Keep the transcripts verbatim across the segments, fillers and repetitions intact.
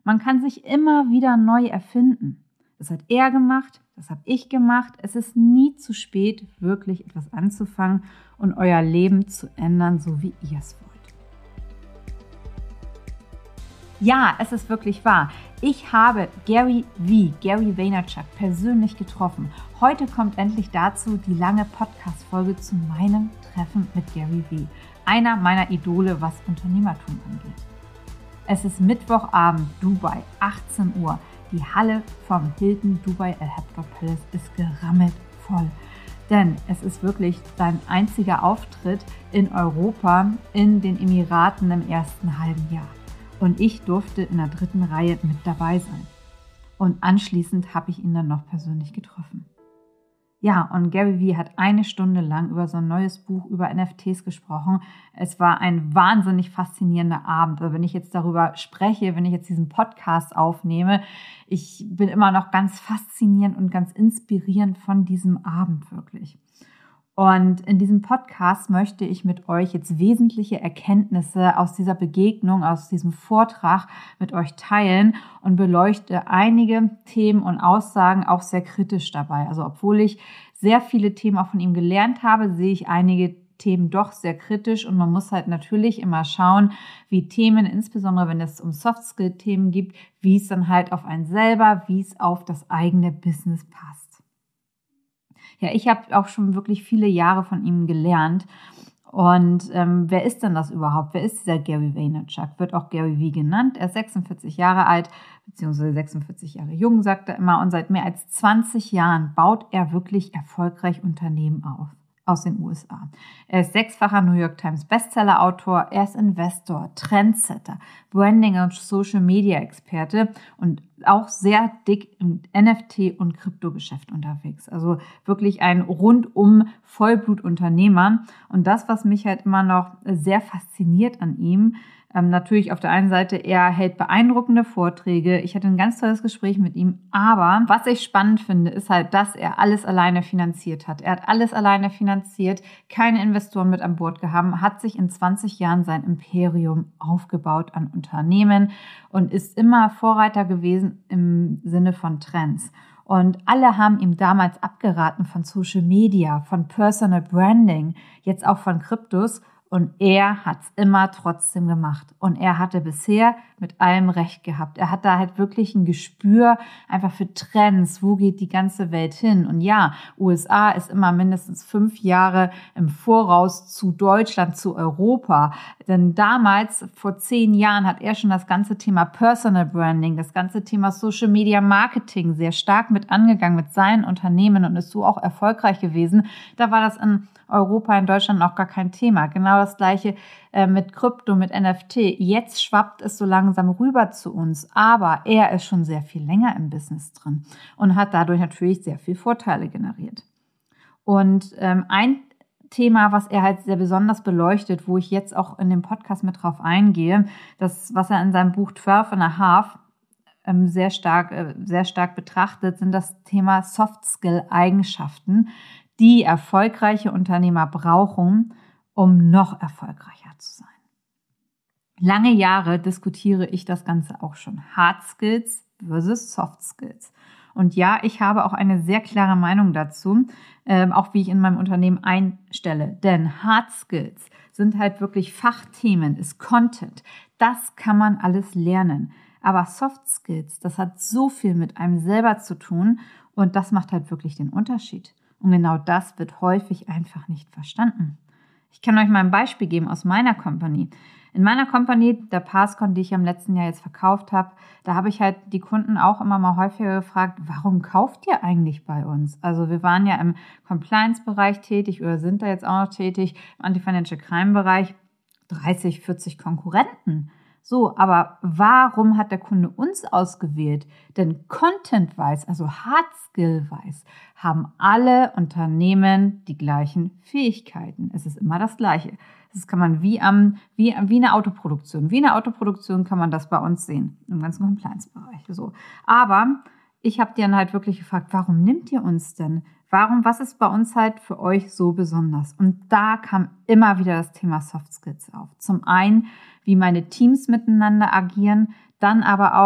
Man kann sich immer wieder neu erfinden. Das hat er gemacht, das habe ich gemacht. Es ist nie zu spät, wirklich etwas anzufangen und euer Leben zu ändern, so wie ihr es wollt. Ja, es ist wirklich wahr. Ich habe Gary V., Gary Vaynerchuk, persönlich getroffen. Heute kommt endlich dazu die lange Podcast-Folge zu meinem Treffen mit Gary V., einer meiner Idole, was Unternehmertum angeht. Es ist Mittwochabend, Dubai, achtzehn Uhr. Die Halle vom Hilton Dubai Al Habra Palace ist gerammelt voll. Denn es ist wirklich sein einziger Auftritt in Europa, in den Emiraten im ersten halben Jahr. Und ich durfte in der dritten Reihe mit dabei sein. Und anschließend habe ich ihn dann noch persönlich getroffen. Ja, und Gary V. hat eine Stunde lang über so ein neues Buch über N F Ts gesprochen. Es war ein wahnsinnig faszinierender Abend. Also wenn ich jetzt darüber spreche, wenn ich jetzt diesen Podcast aufnehme, ich bin immer noch ganz faszinierend und ganz inspirierend von diesem Abend wirklich. Und in diesem Podcast möchte ich mit euch jetzt wesentliche Erkenntnisse aus dieser Begegnung, aus diesem Vortrag mit euch teilen und beleuchte einige Themen und Aussagen auch sehr kritisch dabei. Also obwohl ich sehr viele Themen auch von ihm gelernt habe, sehe ich einige Themen doch sehr kritisch und man muss halt natürlich immer schauen, wie Themen, insbesondere wenn es um Soft-Skill-Themen gibt, wie es dann halt auf einen selber, wie es auf das eigene Business passt. Ja, ich habe auch schon wirklich viele Jahre von ihm gelernt. Und ähm, wer ist denn das überhaupt? Wer ist dieser Gary Vaynerchuk? Wird auch Gary V. genannt. Er ist sechsundvierzig Jahre alt, beziehungsweise sechsundvierzig Jahre jung, sagt er immer. Und seit mehr als zwanzig Jahren baut er wirklich erfolgreich Unternehmen auf. Aus den U S A. Er ist sechsfacher New York Times Bestseller-Autor, er ist Investor, Trendsetter, Branding- und Social-Media-Experte und auch sehr dick im N F T- und Kryptogeschäft unterwegs. Also wirklich ein rundum Vollblutunternehmer. Und das, was mich halt immer noch sehr fasziniert an ihm, Ähm, natürlich auf der einen Seite, er hält beeindruckende Vorträge. Ich hatte ein ganz tolles Gespräch mit ihm. Aber was ich spannend finde, ist halt, dass er alles alleine finanziert hat. Er hat alles alleine finanziert, keine Investoren mit an Bord gehabt, hat sich in zwanzig Jahren sein Imperium aufgebaut an Unternehmen und ist immer Vorreiter gewesen im Sinne von Trends. Und alle haben ihm damals abgeraten von Social Media, von Personal Branding, jetzt auch von Kryptos. Und er hat es immer trotzdem gemacht. Und er hatte bisher mit allem recht gehabt. Er hat da halt wirklich ein Gespür einfach für Trends. Wo geht die ganze Welt hin? Und ja, U S A ist immer mindestens fünf Jahre im Voraus zu Deutschland, zu Europa. Denn damals, vor zehn Jahren, hat er schon das ganze Thema Personal Branding, das ganze Thema Social Media Marketing sehr stark mit angegangen mit seinen Unternehmen und ist so auch erfolgreich gewesen. Da war das in Europa, in Deutschland noch gar kein Thema. Genau das Gleiche äh, mit Krypto, mit N F T. Jetzt schwappt es so langsam rüber zu uns, aber er ist schon sehr viel länger im Business drin und hat dadurch natürlich sehr viel Vorteile generiert. Und ähm, ein Thema, was er halt sehr besonders beleuchtet, wo ich jetzt auch in dem Podcast mit drauf eingehe, das, was er in seinem Buch zwölf and a half ähm, sehr stark, äh, sehr stark betrachtet, sind das Thema Soft-Skill-Eigenschaften, die erfolgreiche Unternehmer brauchen, um noch erfolgreicher zu sein. Lange Jahre diskutiere ich das Ganze auch schon. Hard Skills versus Soft Skills. Und ja, ich habe auch eine sehr klare Meinung dazu, ähm, auch wie ich in meinem Unternehmen einstelle. Denn Hard Skills sind halt wirklich Fachthemen, ist Content. Das kann man alles lernen. Aber Soft Skills, das hat so viel mit einem selber zu tun und das macht halt wirklich den Unterschied. Und genau das wird häufig einfach nicht verstanden. Ich kann euch mal ein Beispiel geben aus meiner Company. In meiner Company, der Passcon, die ich im letzten Jahr jetzt verkauft habe, da habe ich halt die Kunden auch immer mal häufiger gefragt, warum kauft ihr eigentlich bei uns? Also wir waren ja im Compliance-Bereich tätig oder sind da jetzt auch noch tätig, im Anti-Financial Crime-Bereich, dreißig, vierzig Konkurrenten. So, aber warum hat der Kunde uns ausgewählt? Denn Content-wise, also Hard-Skill-wise, haben alle Unternehmen die gleichen Fähigkeiten. Es ist immer das Gleiche. Das kann man wie, am, wie, wie eine Autoproduktion. Wie eine Autoproduktion kann man das bei uns sehen, im ganzen Compliance-Bereich. So. Aber ich habe die dann halt wirklich gefragt, warum nimmt ihr uns denn? Warum, was ist bei uns halt für euch so besonders? Und da kam immer wieder das Thema Soft Skills auf. Zum einen, wie meine Teams miteinander agieren, dann aber auch,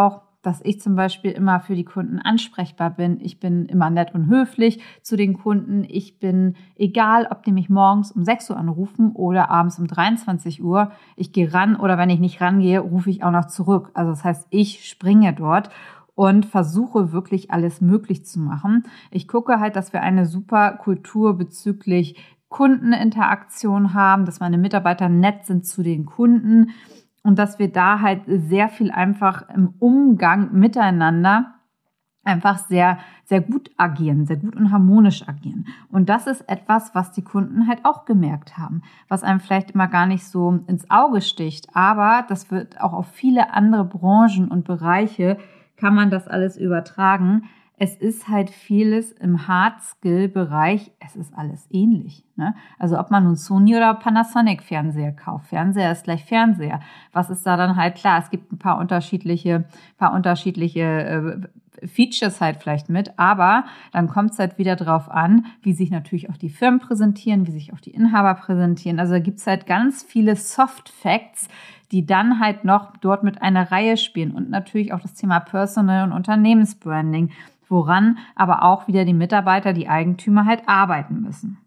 dass ich zum Beispiel immer für die Kunden ansprechbar bin. Ich bin immer nett und höflich zu den Kunden. Ich bin, egal ob die mich morgens um sechs Uhr anrufen oder abends um dreiundzwanzig Uhr, ich gehe ran oder wenn ich nicht rangehe, rufe ich auch noch zurück. Also das heißt, ich springe dort und versuche wirklich alles möglich zu machen. Ich gucke halt, dass wir eine super Kultur bezüglich Kundeninteraktion haben, dass meine Mitarbeiter nett sind zu den Kunden. Und dass wir da halt sehr viel einfach im Umgang miteinander einfach sehr, sehr gut agieren, sehr gut und harmonisch agieren. Und das ist etwas, was die Kunden halt auch gemerkt haben, was einem vielleicht immer gar nicht so ins Auge sticht. Aber das wird auch auf viele andere Branchen und Bereiche, kann man das alles übertragen. Es ist halt vieles im Hard-Skill-Bereich, es ist alles ähnlich. Ne? Also ob man nun Sony oder Panasonic-Fernseher kauft. Fernseher ist gleich Fernseher. Was ist da dann halt klar? Es gibt ein paar unterschiedliche, paar unterschiedliche äh, Features halt vielleicht mit, aber dann kommt es halt wieder drauf an, wie sich natürlich auch die Firmen präsentieren, wie sich auch die Inhaber präsentieren. Also da gibt es halt ganz viele Soft-Facts, die dann halt noch dort mit einer Reihe spielen und natürlich auch das Thema Personal- und Unternehmensbranding, woran aber auch wieder die Mitarbeiter, die Eigentümer halt arbeiten müssen.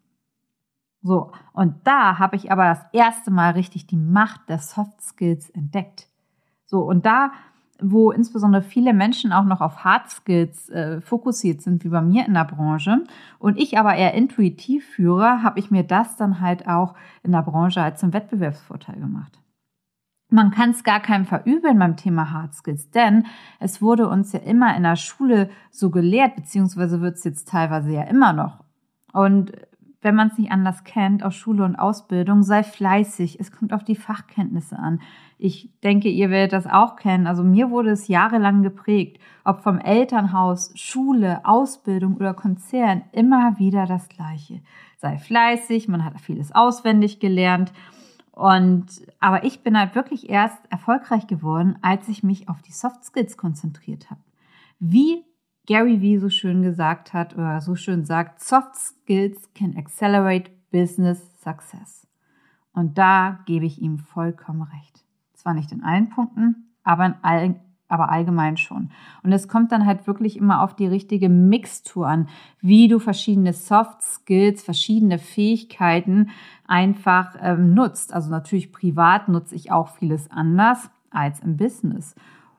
So, und da habe ich aber das erste Mal richtig die Macht der Soft Skills entdeckt. So, und da, wo insbesondere viele Menschen auch noch auf Hard Skills äh, fokussiert sind, wie bei mir in der Branche, und ich aber eher intuitiv führe, habe ich mir das dann halt auch in der Branche halt zum Wettbewerbsvorteil gemacht. Man kann es gar keinem verübeln beim Thema Hard Skills, denn es wurde uns ja immer in der Schule so gelehrt, beziehungsweise wird es jetzt teilweise ja immer noch. Und wenn man es nicht anders kennt, aus Schule und Ausbildung, sei fleißig. Es kommt auf die Fachkenntnisse an. Ich denke, ihr werdet das auch kennen. Also mir wurde es jahrelang geprägt, ob vom Elternhaus, Schule, Ausbildung oder Konzern, immer wieder das Gleiche. Sei fleißig, man hat vieles auswendig gelernt. Und, aber ich bin halt wirklich erst erfolgreich geworden, als ich mich auf die Soft Skills konzentriert habe. Wie Gary Vee so schön gesagt hat oder so schön sagt, Soft Skills can accelerate business success. Und da gebe ich ihm vollkommen recht. Zwar nicht in allen Punkten, aber in allen aber allgemein schon. Und es kommt dann halt wirklich immer auf die richtige Mixtur an, wie du verschiedene Soft Skills, verschiedene Fähigkeiten einfach ähm, nutzt. Also natürlich privat nutze ich auch vieles anders als im Business.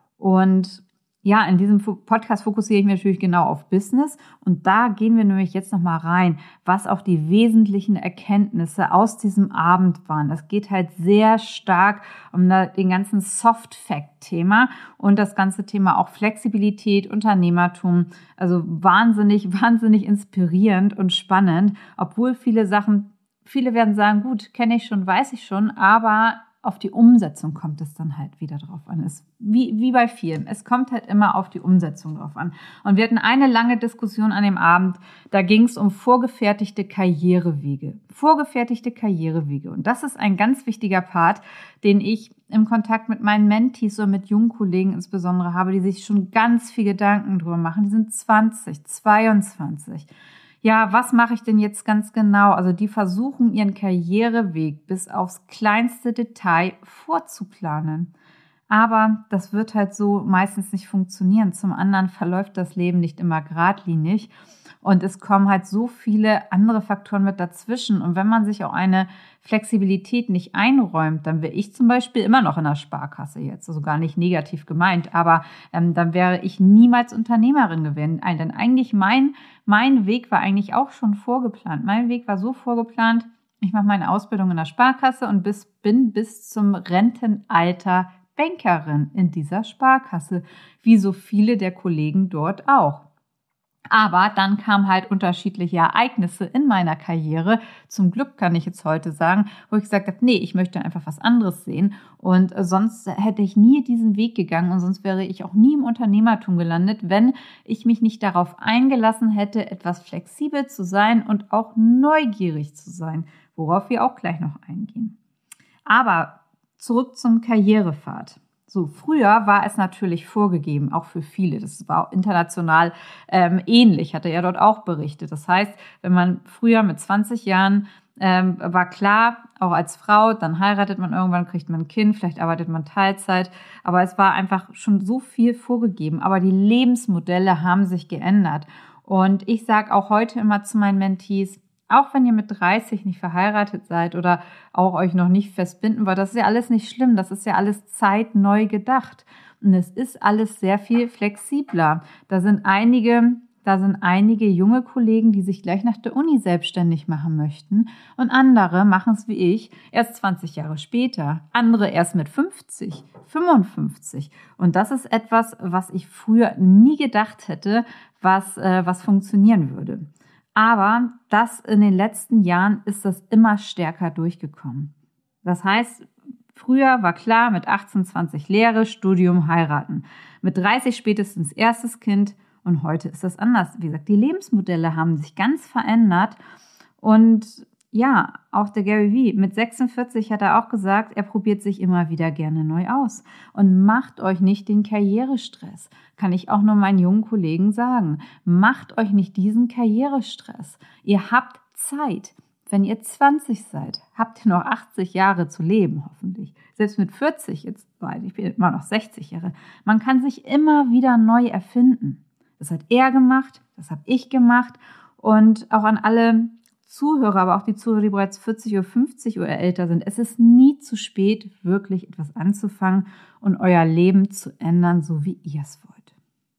Und ja, in diesem Podcast fokussiere ich mich natürlich genau auf Business und da gehen wir nämlich jetzt nochmal rein, was auch die wesentlichen Erkenntnisse aus diesem Abend waren. Das geht halt sehr stark um den ganzen Soft-Fact-Thema und das ganze Thema auch Flexibilität, Unternehmertum. Also wahnsinnig, wahnsinnig inspirierend und spannend, obwohl viele Sachen, viele werden sagen, gut, kenne ich schon, weiß ich schon, aber auf die Umsetzung kommt es dann halt wieder drauf an. Es, wie, wie bei vielen. Es kommt halt immer auf die Umsetzung drauf an. Und wir hatten eine lange Diskussion an dem Abend. Da ging es um vorgefertigte Karrierewege. Vorgefertigte Karrierewege. Und das ist ein ganz wichtiger Part, den ich im Kontakt mit meinen Mentees oder mit jungen Kollegen insbesondere habe, die sich schon ganz viel Gedanken drüber machen. Die sind zwanzig, zweiundzwanzig. Ja, was mache ich denn jetzt ganz genau? Also die versuchen, ihren Karriereweg bis aufs kleinste Detail vorzuplanen. Aber das wird halt so meistens nicht funktionieren. Zum anderen verläuft das Leben nicht immer geradlinig und es kommen halt so viele andere Faktoren mit dazwischen. Und wenn man sich auch eine Flexibilität nicht einräumt, dann wäre ich zum Beispiel immer noch in der Sparkasse jetzt, also gar nicht negativ gemeint, aber ähm, dann wäre ich niemals Unternehmerin gewesen. Denn eigentlich mein, mein Weg war eigentlich auch schon vorgeplant. Mein Weg war so vorgeplant, ich mache meine Ausbildung in der Sparkasse und bis, bin bis zum Rentenalter Bankerin in dieser Sparkasse, wie so viele der Kollegen dort auch. Aber dann kamen halt unterschiedliche Ereignisse in meiner Karriere. Zum Glück kann ich jetzt heute sagen, wo ich gesagt habe, nee, ich möchte einfach was anderes sehen. Und sonst hätte ich nie diesen Weg gegangen und sonst wäre ich auch nie im Unternehmertum gelandet, wenn ich mich nicht darauf eingelassen hätte, etwas flexibel zu sein und auch neugierig zu sein, worauf wir auch gleich noch eingehen. Aber zurück zum Karrierepfad. So, früher war es natürlich vorgegeben, auch für viele. Das war auch international ähm, ähnlich, hat er ja dort auch berichtet. Das heißt, wenn man früher mit zwanzig Jahren ähm, war klar, auch als Frau, dann heiratet man irgendwann, kriegt man ein Kind, vielleicht arbeitet man Teilzeit, aber es war einfach schon so viel vorgegeben. Aber die Lebensmodelle haben sich geändert. Und ich sage auch heute immer zu meinen Mentees, auch wenn ihr mit dreißig nicht verheiratet seid oder auch euch noch nicht festbinden wollt, das ist ja alles nicht schlimm, das ist ja alles zeitneu gedacht. Und es ist alles sehr viel flexibler. Da sind einige, da sind einige junge Kollegen, die sich gleich nach der Uni selbstständig machen möchten. Und andere machen es wie ich erst zwanzig Jahre später. Andere erst mit fünfzig, fünfundfünfzig. Und das ist etwas, was ich früher nie gedacht hätte, was, äh, was funktionieren würde. Aber das in den letzten Jahren ist das immer stärker durchgekommen. Das heißt, früher war klar, mit achtzehn, zwanzig Lehre, Studium, heiraten. Mit dreißig spätestens erstes Kind und heute ist das anders. Wie gesagt, die Lebensmodelle haben sich ganz verändert und ja, auch der Gary Vee mit sechsundvierzig hat er auch gesagt, er probiert sich immer wieder gerne neu aus und macht euch nicht den Karrierestress. Kann ich auch nur meinen jungen Kollegen sagen. Macht euch nicht diesen Karrierestress. Ihr habt Zeit. Wenn ihr zwanzig seid, habt ihr noch achtzig Jahre zu leben, hoffentlich. Selbst mit vierzig, jetzt, ich bin immer noch sechzig Jahre. Man kann sich immer wieder neu erfinden. Das hat er gemacht, das habe ich gemacht und auch an alle Zuhörer, aber auch die Zuhörer, die bereits vierzig oder fünfzig oder älter sind. Es ist nie zu spät, wirklich etwas anzufangen und euer Leben zu ändern, so wie ihr es wollt.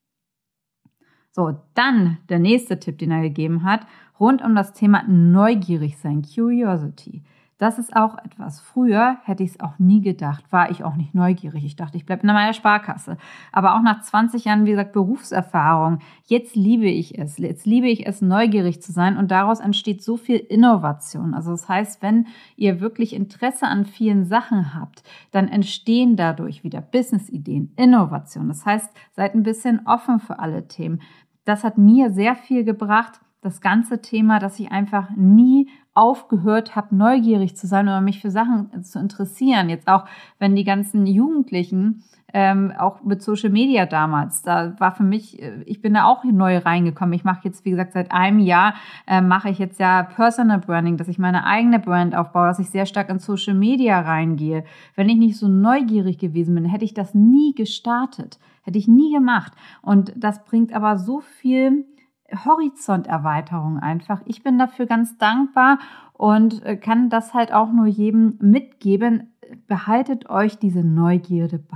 So, dann der nächste Tipp, den er gegeben hat, rund um das Thema neugierig sein, Curiosity. Das ist auch etwas. Früher hätte ich es auch nie gedacht, war ich auch nicht neugierig. Ich dachte, ich bleibe in meiner Sparkasse. Aber auch nach zwanzig Jahren, wie gesagt, Berufserfahrung, jetzt liebe ich es. Jetzt liebe ich es, neugierig zu sein und daraus entsteht so viel Innovation. Also das heißt, wenn ihr wirklich Interesse an vielen Sachen habt, dann entstehen dadurch wieder Business-Ideen, Innovation. Das heißt, seid ein bisschen offen für alle Themen. Das hat mir sehr viel gebracht, das ganze Thema, dass ich einfach nie aufgehört habe, neugierig zu sein oder mich für Sachen zu interessieren. Jetzt auch, wenn die ganzen Jugendlichen, ähm, auch mit Social Media damals, da war für mich, ich bin da auch neu reingekommen. Ich mache jetzt, wie gesagt, seit einem Jahr äh, mache ich jetzt ja Personal Branding, dass ich meine eigene Brand aufbaue, dass ich sehr stark in Social Media reingehe. Wenn ich nicht so neugierig gewesen bin, hätte ich das nie gestartet, hätte ich nie gemacht. Und das bringt aber so viel Horizonterweiterung einfach. Ich bin dafür ganz dankbar und kann das halt auch nur jedem mitgeben. Behaltet euch diese Neugierde bei.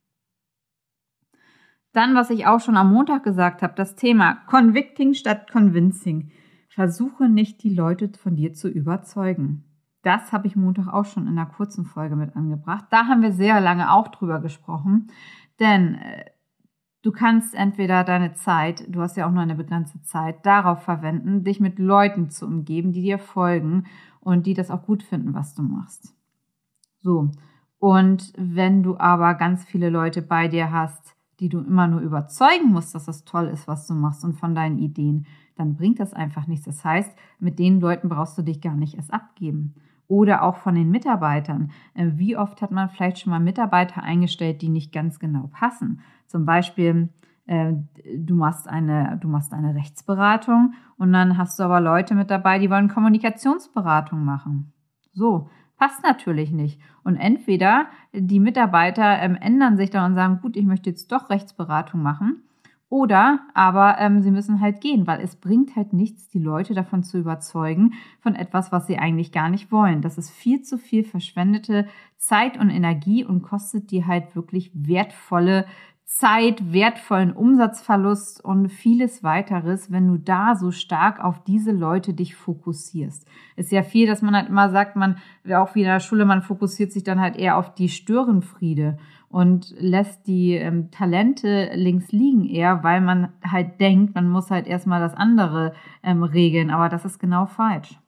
Dann, was ich auch schon am Montag gesagt habe, das Thema Convicting statt Convincing. Versuche nicht, die Leute von dir zu überzeugen. Das habe ich Montag auch schon in einer kurzen Folge mit angebracht. Da haben wir sehr lange auch drüber gesprochen, denn äh, du kannst entweder deine Zeit, du hast ja auch nur eine begrenzte Zeit, darauf verwenden, dich mit Leuten zu umgeben, die dir folgen und die das auch gut finden, was du machst. So, und wenn du aber ganz viele Leute bei dir hast, die du immer nur überzeugen musst, dass das toll ist, was du machst und von deinen Ideen, dann bringt das einfach nichts. Das heißt, mit den Leuten brauchst du dich gar nicht erst abgeben. Oder auch von den Mitarbeitern. Wie oft hat man vielleicht schon mal Mitarbeiter eingestellt, die nicht ganz genau passen? Zum Beispiel, äh, du machst eine, du machst eine Rechtsberatung und dann hast du aber Leute mit dabei, die wollen Kommunikationsberatung machen. So, passt natürlich nicht. Und entweder die Mitarbeiter ähm, ändern sich dann und sagen, gut, ich möchte jetzt doch Rechtsberatung machen. Oder aber ähm, sie müssen halt gehen, weil es bringt halt nichts, die Leute davon zu überzeugen, von etwas, was sie eigentlich gar nicht wollen. Das ist viel zu viel verschwendete Zeit und Energie und kostet dir halt wirklich wertvolle Zeit, wertvollen Umsatzverlust und vieles weiteres, wenn du da so stark auf diese Leute dich fokussierst. Ist ja viel, dass man halt immer sagt, man, auch wie in der Schule, man fokussiert sich dann halt eher auf die Störenfriede und lässt die ähm, Talente links liegen eher, weil man halt denkt, man muss halt erstmal das andere ähm, regeln, aber das ist genau falsch.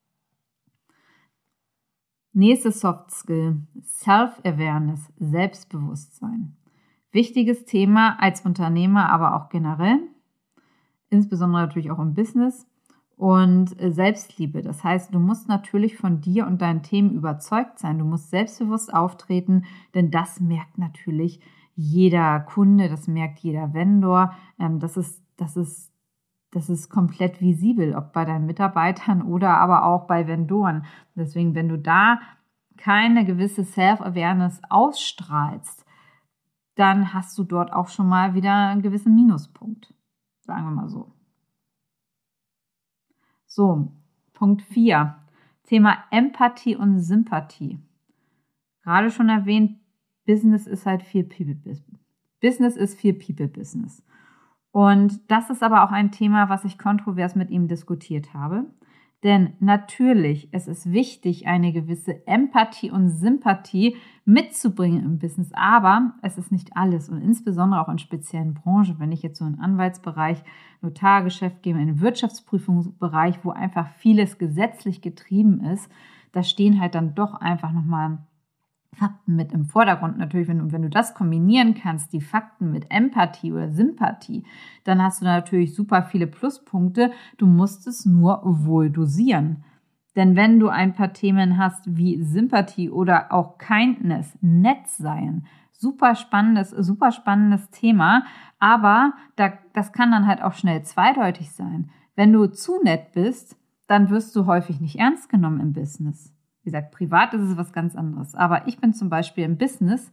Nächstes Soft Skill, Self-Awareness, Selbstbewusstsein. Wichtiges Thema als Unternehmer, aber auch generell, insbesondere natürlich auch im Business und Selbstliebe. Das heißt, du musst natürlich von dir und deinen Themen überzeugt sein. Du musst selbstbewusst auftreten, denn das merkt natürlich jeder Kunde, das merkt jeder Vendor. Das ist, das ist das ist komplett visibel, ob bei deinen Mitarbeitern oder aber auch bei Vendoren. Deswegen, wenn du da keine gewisse Self-Awareness ausstrahlst, dann hast du dort auch schon mal wieder einen gewissen Minuspunkt. Sagen wir mal so. So, Punkt vier. Thema Empathie und Sympathie. Gerade schon erwähnt, Business ist halt viel People-Business. Business ist viel People-Business. Und das ist aber auch ein Thema, was ich kontrovers mit ihm diskutiert habe. Denn natürlich, es ist wichtig, eine gewisse Empathie und Sympathie mitzubringen im Business, aber es ist nicht alles und insbesondere auch in speziellen Branchen, wenn ich jetzt so in den Anwaltsbereich, Notargeschäft gehe, in den Wirtschaftsprüfungsbereich, wo einfach vieles gesetzlich getrieben ist, da stehen halt dann doch einfach nochmal Fakten mit im Vordergrund. Natürlich, wenn du, wenn du das kombinieren kannst, die Fakten mit Empathie oder Sympathie, dann hast du natürlich super viele Pluspunkte. Du musst es nur wohl dosieren. Denn wenn du ein paar Themen hast wie Sympathie oder auch Kindness, nett sein, super spannendes, super spannendes Thema, aber da, das kann dann halt auch schnell zweideutig sein. Wenn du zu nett bist, dann wirst du häufig nicht ernst genommen im Business. Wie gesagt, privat ist es was ganz anderes. Aber ich bin zum Beispiel im Business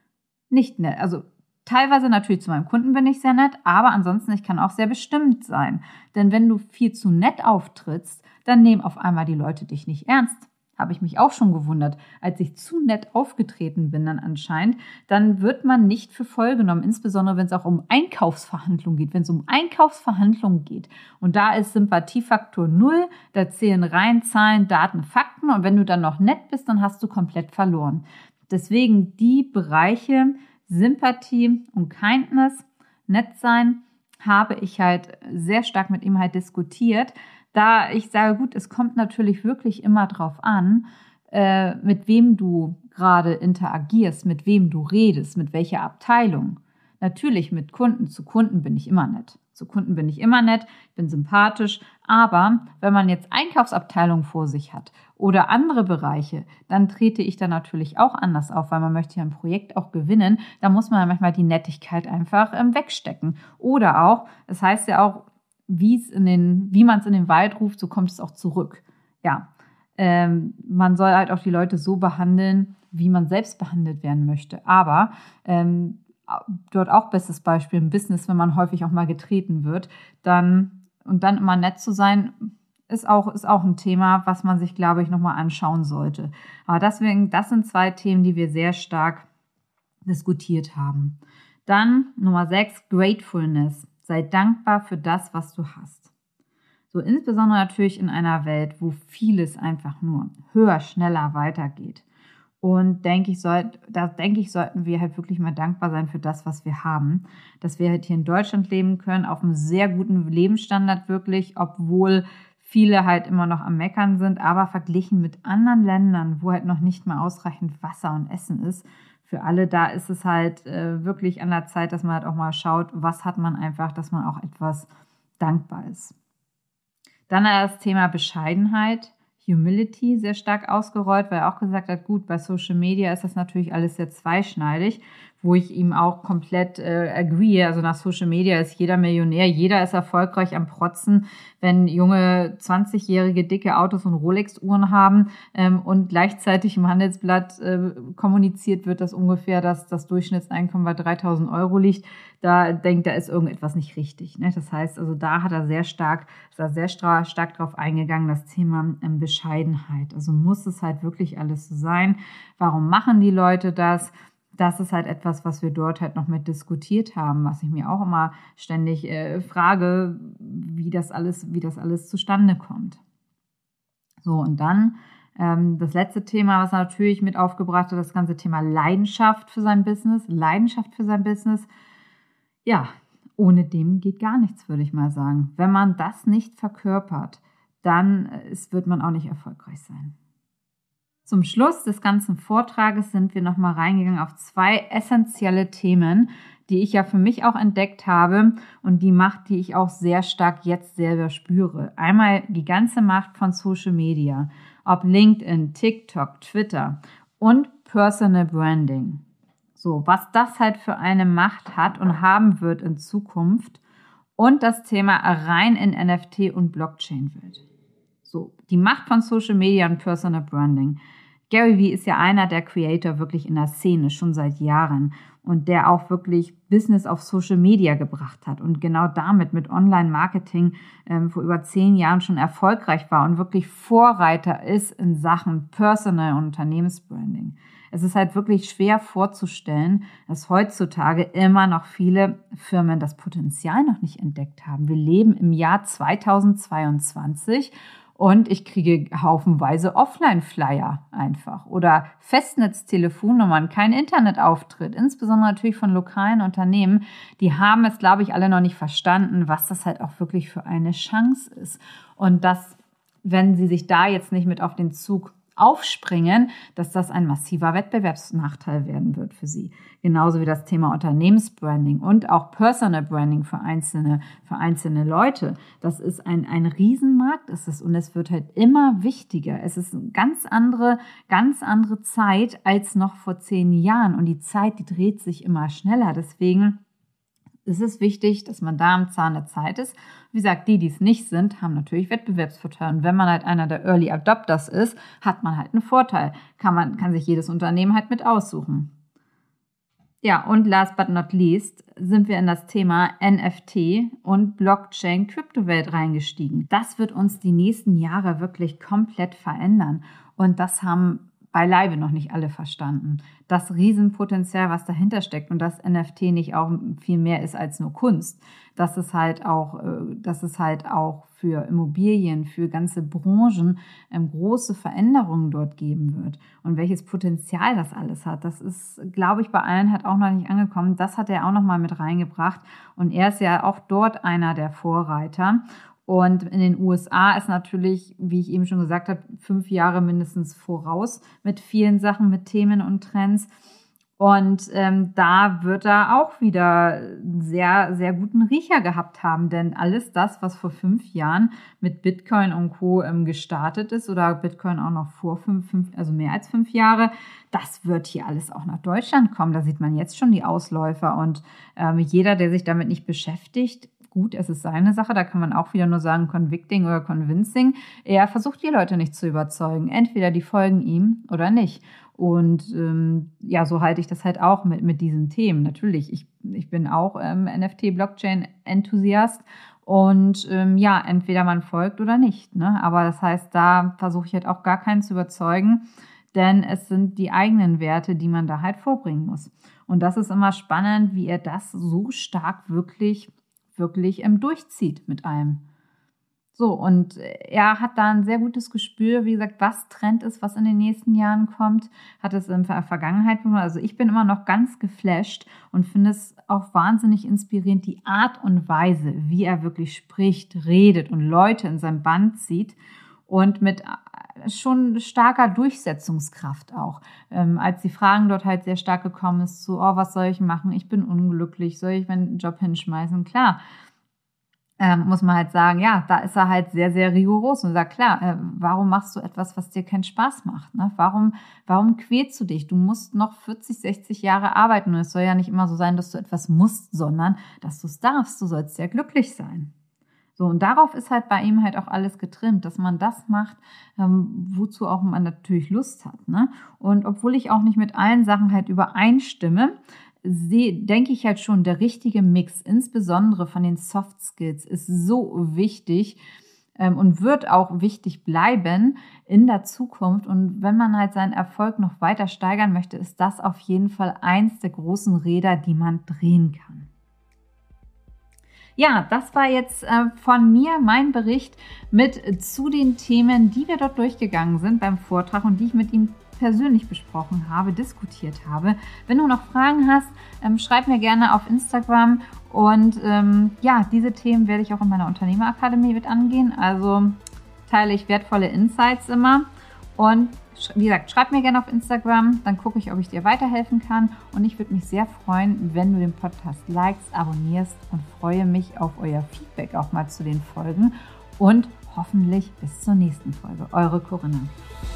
nicht nett. Also teilweise natürlich zu meinem Kunden bin ich sehr nett, aber ansonsten, ich kann auch sehr bestimmt sein. Denn wenn du viel zu nett auftrittst, dann nehmen auf einmal die Leute dich nicht ernst. Habe ich mich auch schon gewundert. Als ich zu nett aufgetreten bin dann anscheinend, dann wird man nicht für voll genommen, insbesondere wenn es auch um Einkaufsverhandlungen geht. Wenn es um Einkaufsverhandlungen geht und da ist Sympathiefaktor null, da zählen rein Zahlen, Daten, Fakten und wenn du dann noch nett bist, dann hast du komplett verloren. Deswegen die Bereiche Sympathie und Kindness, nett sein, habe ich halt sehr stark mit ihm halt diskutiert. Da ich sage, gut, es kommt natürlich wirklich immer drauf an, äh, mit wem du gerade interagierst, mit wem du redest, mit welcher Abteilung. Natürlich mit Kunden, zu Kunden bin ich immer nett. Zu Kunden bin ich immer nett, bin sympathisch, aber wenn man jetzt Einkaufsabteilungen vor sich hat oder andere Bereiche, dann trete ich da natürlich auch anders auf, weil man möchte ja ein Projekt auch gewinnen. Da muss man ja manchmal die Nettigkeit einfach ähm, wegstecken. Oder auch, es heißt ja auch, wie es in den, wie man es in den Wald ruft, so kommt es auch zurück. Ja, ähm, man soll halt auch die Leute so behandeln, wie man selbst behandelt werden möchte. Aber ähm, dort auch bestes Beispiel im Business, wenn man häufig auch mal getreten wird, dann und dann immer nett zu sein, ist auch, ist auch ein Thema, was man sich, glaube ich, nochmal anschauen sollte. Aber deswegen, das sind zwei Themen, die wir sehr stark diskutiert haben. Dann Nummer sechs, Gratefulness. Sei dankbar für das, was du hast. So insbesondere natürlich in einer Welt, wo vieles einfach nur höher, schneller weitergeht. Und denke ich, soll, da denke ich, sollten wir halt wirklich mal dankbar sein für das, was wir haben. Dass wir halt hier in Deutschland leben können, auf einem sehr guten Lebensstandard wirklich, obwohl viele halt immer noch am Meckern sind, aber verglichen mit anderen Ländern, wo halt noch nicht mal ausreichend Wasser und Essen ist, für alle, da ist es halt äh, wirklich an der Zeit, dass man halt auch mal schaut, was hat man einfach, dass man auch etwas dankbar ist. Dann das Thema Bescheidenheit, Humility sehr stark ausgerollt, weil er auch gesagt hat, gut, bei Social Media ist das natürlich alles sehr zweischneidig, wo ich ihm auch komplett äh, agree. Also nach Social Media ist jeder Millionär, jeder ist erfolgreich am Protzen, wenn junge zwanzigjährige dicke Autos und Rolex-Uhren haben ähm, und gleichzeitig im Handelsblatt äh, kommuniziert wird, dass ungefähr das, das Durchschnittseinkommen bei dreitausend Euro liegt. Da denkt, da ist irgendetwas nicht richtig. Ne? Das heißt, also da hat er sehr stark, ist er sehr stark, stark drauf eingegangen, das Thema ähm, Bescheidenheit. Also muss es halt wirklich alles so sein? Warum machen die Leute das? Das ist halt etwas, was wir dort halt noch mit diskutiert haben, was ich mir auch immer ständig äh, frage, wie das alles, wie das alles zustande kommt. So, und dann ähm, das letzte Thema, was er natürlich mit aufgebracht hat, das ganze Thema Leidenschaft für sein Business. Leidenschaft für sein Business. Ja, ohne dem geht gar nichts, würde ich mal sagen. Wenn man das nicht verkörpert, dann ist, wird man auch nicht erfolgreich sein. Zum Schluss des ganzen Vortrages sind wir nochmal reingegangen auf zwei essentielle Themen, die ich ja für mich auch entdeckt habe und die Macht, die ich auch sehr stark jetzt selber spüre. Einmal die ganze Macht von Social Media, ob LinkedIn, TikTok, Twitter und Personal Branding. So, was das halt für eine Macht hat und haben wird in Zukunft und das Thema rein in N F T und Blockchain-Welt. So, die Macht von Social Media und Personal Branding. Gary Vee ist ja einer der Creator wirklich in der Szene, schon seit Jahren. Und der auch wirklich Business auf Social Media gebracht hat und genau damit mit Online-Marketing ähm, vor über zehn Jahren schon erfolgreich war und wirklich Vorreiter ist in Sachen Personal- und Unternehmensbranding. Es ist halt wirklich schwer vorzustellen, dass heutzutage immer noch viele Firmen das Potenzial noch nicht entdeckt haben. Wir leben im Jahr zweitausendzweiundzwanzig und ich kriege haufenweise Offline-Flyer einfach oder Festnetztelefonnummern, kein Internetauftritt, insbesondere natürlich von lokalen Unternehmen. Die haben es, glaube ich, alle noch nicht verstanden, was das halt auch wirklich für eine Chance ist. Und dass, wenn sie sich da jetzt nicht mit auf den Zug aufspringen, dass das ein massiver Wettbewerbsnachteil werden wird für sie. Genauso wie das Thema Unternehmensbranding und auch Personal Branding für einzelne, für einzelne Leute. Das ist ein, ein Riesenmarkt, ist es, und es wird halt immer wichtiger. Es ist eine ganz andere, ganz andere Zeit als noch vor zehn Jahren und die Zeit, die dreht sich immer schneller. Deswegen ist es wichtig, dass man da am Zahn der Zeit ist. Wie gesagt, die, die es nicht sind, haben natürlich Wettbewerbsvorteile. Und wenn man halt einer der Early Adopters ist, hat man halt einen Vorteil. Kann man, kann sich jedes Unternehmen halt mit aussuchen. Ja, und last but not least sind wir in das Thema N F T und Blockchain-Kryptowelt reingestiegen. Das wird uns die nächsten Jahre wirklich komplett verändern. Und das haben beileibe noch nicht alle verstanden. Das Riesenpotenzial, was dahinter steckt und dass N F T nicht auch viel mehr ist als nur Kunst, dass es halt auch, dass es halt auch für Immobilien, für ganze Branchen ähm, große Veränderungen dort geben wird. Und welches Potenzial das alles hat, das ist, glaube ich, bei allen halt auch noch nicht angekommen. Das hat er auch noch mal mit reingebracht und er ist ja auch dort einer der Vorreiter. Und in den U S A ist natürlich, wie ich eben schon gesagt habe, fünf Jahre mindestens voraus mit vielen Sachen, mit Themen und Trends. Und ähm, da wird er auch wieder einen sehr, sehr guten Riecher gehabt haben. Denn alles das, was vor fünf Jahren mit Bitcoin und Co. Ähm, gestartet ist oder Bitcoin auch noch vor fünf, fünf, also mehr als fünf Jahre, das wird hier alles auch nach Deutschland kommen. Da sieht man jetzt schon die Ausläufer. Und ähm, jeder, der sich damit nicht beschäftigt, gut, es ist seine Sache, da kann man auch wieder nur sagen convicting oder convincing. Er versucht die Leute nicht zu überzeugen. Entweder die folgen ihm oder nicht. Und ähm, ja, so halte ich das halt auch mit, mit diesen Themen. Natürlich, ich, ich bin auch ähm, N F T-Blockchain-Enthusiast und ähm, ja, entweder man folgt oder nicht. Ne? Aber das heißt, da versuche ich halt auch gar keinen zu überzeugen, denn es sind die eigenen Werte, die man da halt vorbringen muss. Und das ist immer spannend, wie er das so stark wirklich wirklich ähm, durchzieht mit allem. So, und er hat da ein sehr gutes Gespür, wie gesagt, was Trend ist, was in den nächsten Jahren kommt, hat es in der Vergangenheit. Also ich bin immer noch ganz geflasht und finde es auch wahnsinnig inspirierend, die Art und Weise, wie er wirklich spricht, redet und Leute in sein Band zieht und mit schon starker Durchsetzungskraft auch. Ähm, als die Fragen dort halt sehr stark gekommen ist, so, oh, was soll ich machen? Ich bin unglücklich, soll ich meinen Job hinschmeißen? Klar, ähm, muss man halt sagen, ja, da ist er halt sehr, sehr rigoros und sagt, klar, äh, warum machst du etwas, was dir keinen Spaß macht? Ne? Warum, warum quälst du dich? Du musst noch vierzig, sechzig Jahre arbeiten und es soll ja nicht immer so sein, dass du etwas musst, sondern dass du es darfst. Du sollst ja glücklich sein. So, und darauf ist halt bei ihm halt auch alles getrimmt, dass man das macht, ähm, wozu auch man natürlich Lust hat. Ne? Und obwohl ich auch nicht mit allen Sachen halt übereinstimme, sehe, denke ich halt schon, der richtige Mix, insbesondere von den Soft Skills, ist so wichtig ähm, und wird auch wichtig bleiben in der Zukunft. Und wenn man halt seinen Erfolg noch weiter steigern möchte, ist das auf jeden Fall eins der großen Räder, die man drehen kann. Ja, das war jetzt äh, von mir mein Bericht mit äh, zu den Themen, die wir dort durchgegangen sind beim Vortrag und die ich mit ihm persönlich besprochen habe, diskutiert habe. Wenn du noch Fragen hast, ähm, schreib mir gerne auf Instagram und ähm, ja, diese Themen werde ich auch in meiner Unternehmerakademie mit angehen. Also teile ich wertvolle Insights immer und wie gesagt, schreib mir gerne auf Instagram, dann gucke ich, ob ich dir weiterhelfen kann. Und ich würde mich sehr freuen, wenn du den Podcast likest, abonnierst und freue mich auf euer Feedback auch mal zu den Folgen. Und hoffentlich bis zur nächsten Folge. Eure Corinna.